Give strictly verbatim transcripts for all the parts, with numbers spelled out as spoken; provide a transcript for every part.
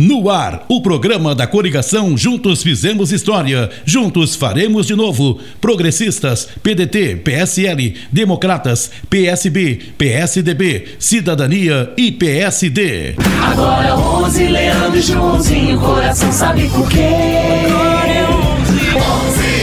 No ar, o programa da coligação Juntos Fizemos História, Juntos Faremos de Novo. Progressistas, P D T, P S L, Democratas, P S B, P S D B, Cidadania e P S D. Agora onze, Leandro e Joãozinho, coração sabe por quê? Agora é onze, onze.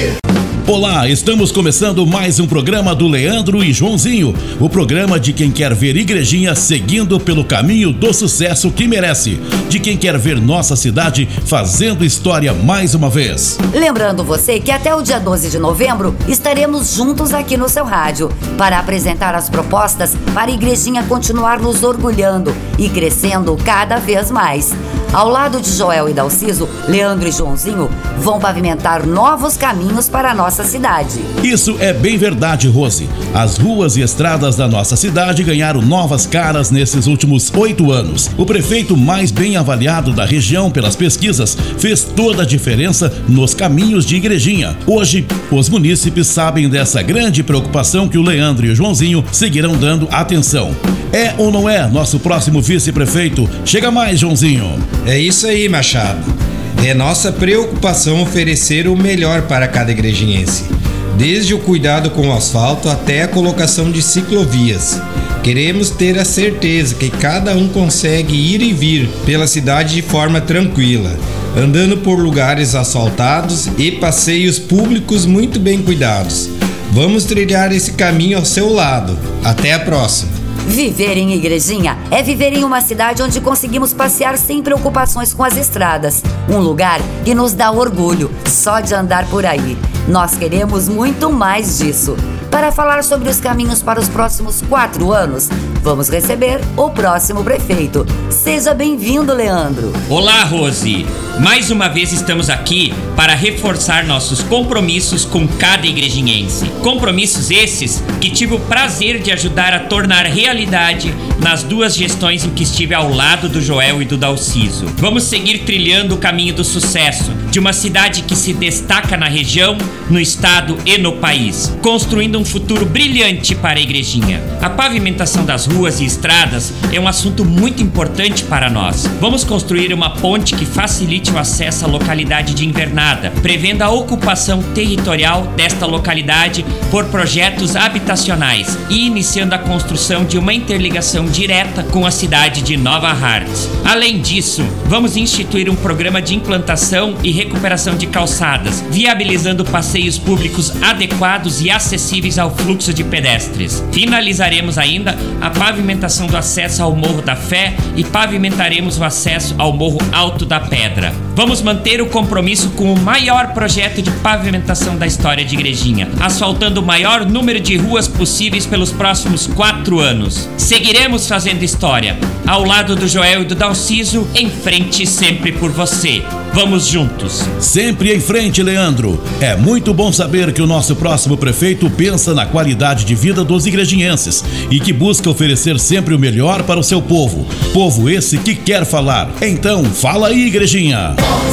Olá, estamos começando mais um programa do Leandro e Joãozinho, o programa de quem quer ver Igrejinha seguindo pelo caminho do sucesso que merece, de quem quer ver nossa cidade fazendo história mais uma vez. Lembrando você que até o dia doze de novembro estaremos juntos aqui no seu rádio para apresentar as propostas para a Igrejinha continuar nos orgulhando e crescendo cada vez mais. Ao lado de Joel e Dalciso, Leandro e Joãozinho vão pavimentar novos caminhos para a nossa cidade. Isso é bem verdade, Rose. As ruas e estradas da nossa cidade ganharam novas caras nesses últimos oito anos. O prefeito mais bem avaliado da região pelas pesquisas fez toda a diferença nos caminhos de Igrejinha. Hoje, os munícipes sabem dessa grande preocupação que o Leandro e o Joãozinho seguirão dando atenção. É ou não é nosso próximo vice-prefeito? Chega mais, Joãozinho. É isso aí, Machado. É nossa preocupação oferecer o melhor para cada igrejinhense, desde o cuidado com o asfalto até a colocação de ciclovias. Queremos ter a certeza que cada um consegue ir e vir pela cidade de forma tranquila, andando por lugares asfaltados e passeios públicos muito bem cuidados. Vamos trilhar esse caminho ao seu lado. Até a próxima. Viver em Igrejinha é viver em uma cidade onde conseguimos passear sem preocupações com as estradas. Um lugar que nos dá orgulho só de andar por aí. Nós queremos muito mais disso. Para falar sobre os caminhos para os próximos quatro anos, vamos receber o próximo prefeito. Seja bem-vindo, Leandro. Olá, Rose. Mais uma vez estamos aqui para reforçar nossos compromissos com cada igrejinhense. Compromissos esses que tive o prazer de ajudar a tornar realidade nas duas gestões em que estive ao lado do Joel e do Dalciso. Vamos seguir trilhando o caminho do sucesso de uma cidade que se destaca na região, no estado e no país, construindo um futuro brilhante para a Igrejinha. A pavimentação das ruas e estradas é um assunto muito importante para nós. Vamos construir uma ponte que facilite o acesso à localidade de Invernada, prevendo a ocupação territorial desta localidade por projetos habitacionais e iniciando a construção de uma interligação direta com a cidade de Nova Hartz. Além disso, vamos instituir um programa de implantação e recuperação de calçadas, viabilizando passeios públicos adequados e acessíveis ao fluxo de pedestres. Finalizaremos ainda a pavimentação do acesso ao Morro da Fé e pavimentaremos o acesso ao Morro Alto da Pedra. Vamos manter o compromisso com o maior projeto de pavimentação da história de Igrejinha, asfaltando o maior número de ruas possíveis pelos próximos quatro anos. Seguiremos fazendo história, ao lado do Joel e do Dalciso, em frente sempre por você. Vamos juntos. Sempre em frente, Leandro. É muito bom saber que o nosso próximo prefeito pensa na qualidade de vida dos igrejinhenses e que busca oferecer sempre o melhor para o seu povo. Povo esse que quer falar. Então, fala aí, Igrejinha.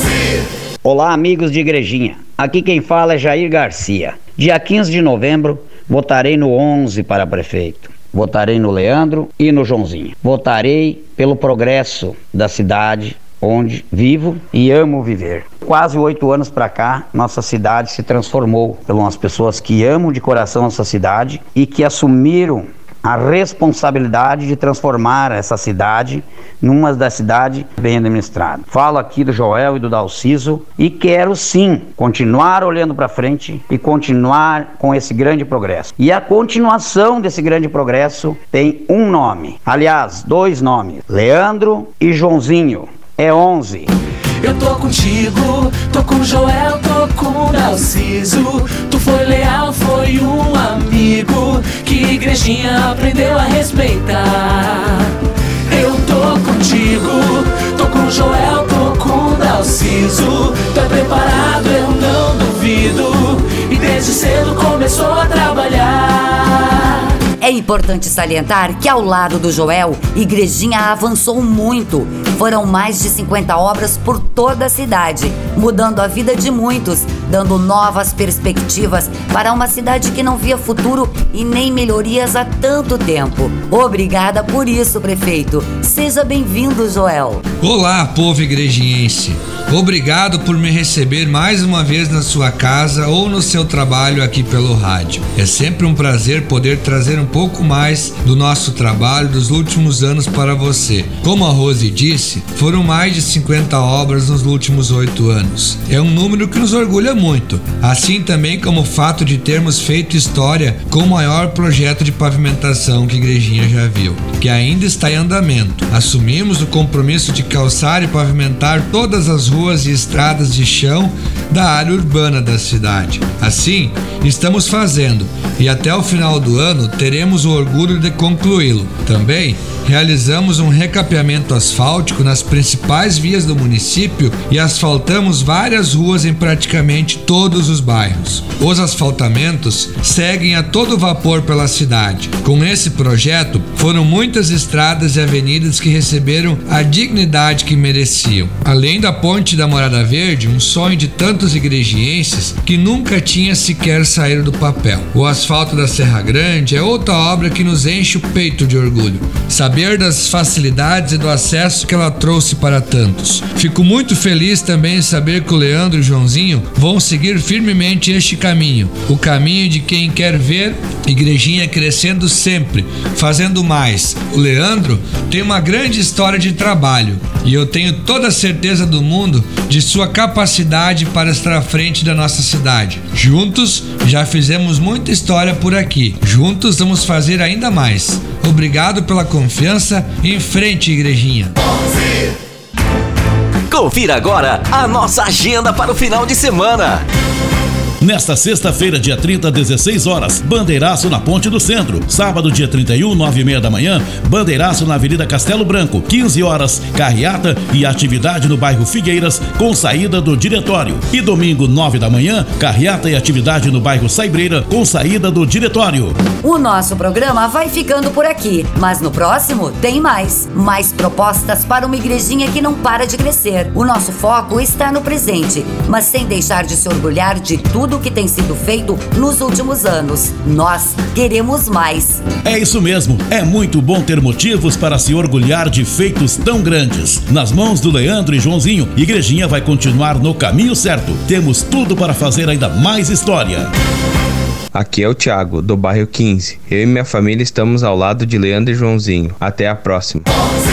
Olá, amigos de Igrejinha. Aqui quem fala é Jair Garcia. Dia quinze de novembro, votarei no onze para prefeito. Votarei no Leandro e no Joãozinho. Votarei pelo progresso da cidade onde vivo e amo viver. Quase oito anos para cá, nossa cidade se transformou pelas pessoas que amam de coração essa cidade e que assumiram a responsabilidade de transformar essa cidade numa da cidade bem administrada. Falo aqui do Joel e do Dalciso e quero sim continuar olhando para frente e continuar com esse grande progresso. E a continuação desse grande progresso tem um nome, aliás, dois nomes, Leandro e Joãozinho. É onze. Eu tô contigo, tô com o Joel, tô com o Dalciso. Tu foi leal, foi um amigo que Igrejinha aprendeu a respeitar. Eu tô contigo, tô com o Joel, tô com o Dalciso. Tu é preparado, eu não duvido, e desde cedo começou a trabalhar. É importante salientar que ao lado do Joel, Igrejinha avançou muito. Foram mais de cinquenta obras por toda a cidade, mudando a vida de muitos, dando novas perspectivas para uma cidade que não via futuro e nem melhorias há tanto tempo. Obrigada por isso, prefeito. Seja bem-vindo, Joel. Olá, povo igrejinhense. Obrigado por me receber mais uma vez na sua casa ou no seu trabalho aqui pelo rádio. É sempre um prazer poder trazer um pouco mais do nosso trabalho dos últimos anos para você. Como a Rose disse, foram mais de cinquenta obras nos últimos oito anos. É um número que nos orgulha muito, assim também como o fato de termos feito história com o maior projeto de pavimentação que a Igrejinha já viu, que ainda está em andamento. Assumimos o compromisso de calçar e pavimentar todas as ruas e estradas de chão da área urbana da cidade. Assim, estamos fazendo e até o final do ano teremos o orgulho de concluí-lo. Também realizamos um recapeamento asfáltico nas principais vias do município e asfaltamos várias ruas em praticamente todos os bairros. Os asfaltamentos seguem a todo vapor pela cidade. Com esse projeto, foram muitas estradas e avenidas que receberam a dignidade que mereciam. Além da Ponte da Morada Verde, um sonho de tantos igrejienses que nunca tinha sequer saído do papel. O asfalto da Serra Grande é outra obra que nos enche o peito de orgulho. Saber das facilidades e do acesso que ela trouxe para tantos. Fico muito feliz também em saber que o Leandro e o Joãozinho vão seguir firmemente este caminho, o caminho de quem quer ver Igrejinha crescendo sempre, fazendo mais. O Leandro tem uma grande história de trabalho e eu tenho toda a certeza do mundo de sua capacidade para estar à frente da nossa cidade. Juntos já fizemos muita história por aqui. Juntos vamos fazer ainda mais. Obrigado pela confiança. Em frente, Igrejinha. Confira agora a nossa agenda para o final de semana. Nesta sexta-feira, dia trinta, dezesseis horas, bandeiraço na Ponte do Centro. Sábado, dia trinta e um, nove e meia da manhã, bandeiraço na Avenida Castelo Branco. quinze horas, carreata e atividade no bairro Figueiras, com saída do diretório. E domingo, nove da manhã, carreata e atividade no bairro Saibreira, com saída do diretório. O nosso programa vai ficando por aqui, mas no próximo tem mais. Mais propostas para uma igrejinha que não para de crescer. O nosso foco está no presente, mas sem deixar de se orgulhar de tudo Tudo que tem sido feito nos últimos anos. Nós queremos mais. É isso mesmo, é muito bom ter motivos para se orgulhar de feitos tão grandes. Nas mãos do Leandro e Joãozinho, Igrejinha vai continuar no caminho certo. Temos tudo para fazer ainda mais história. Aqui é o Thiago, do bairro quinze. Eu e minha família estamos ao lado de Leandro e Joãozinho. Até a próxima.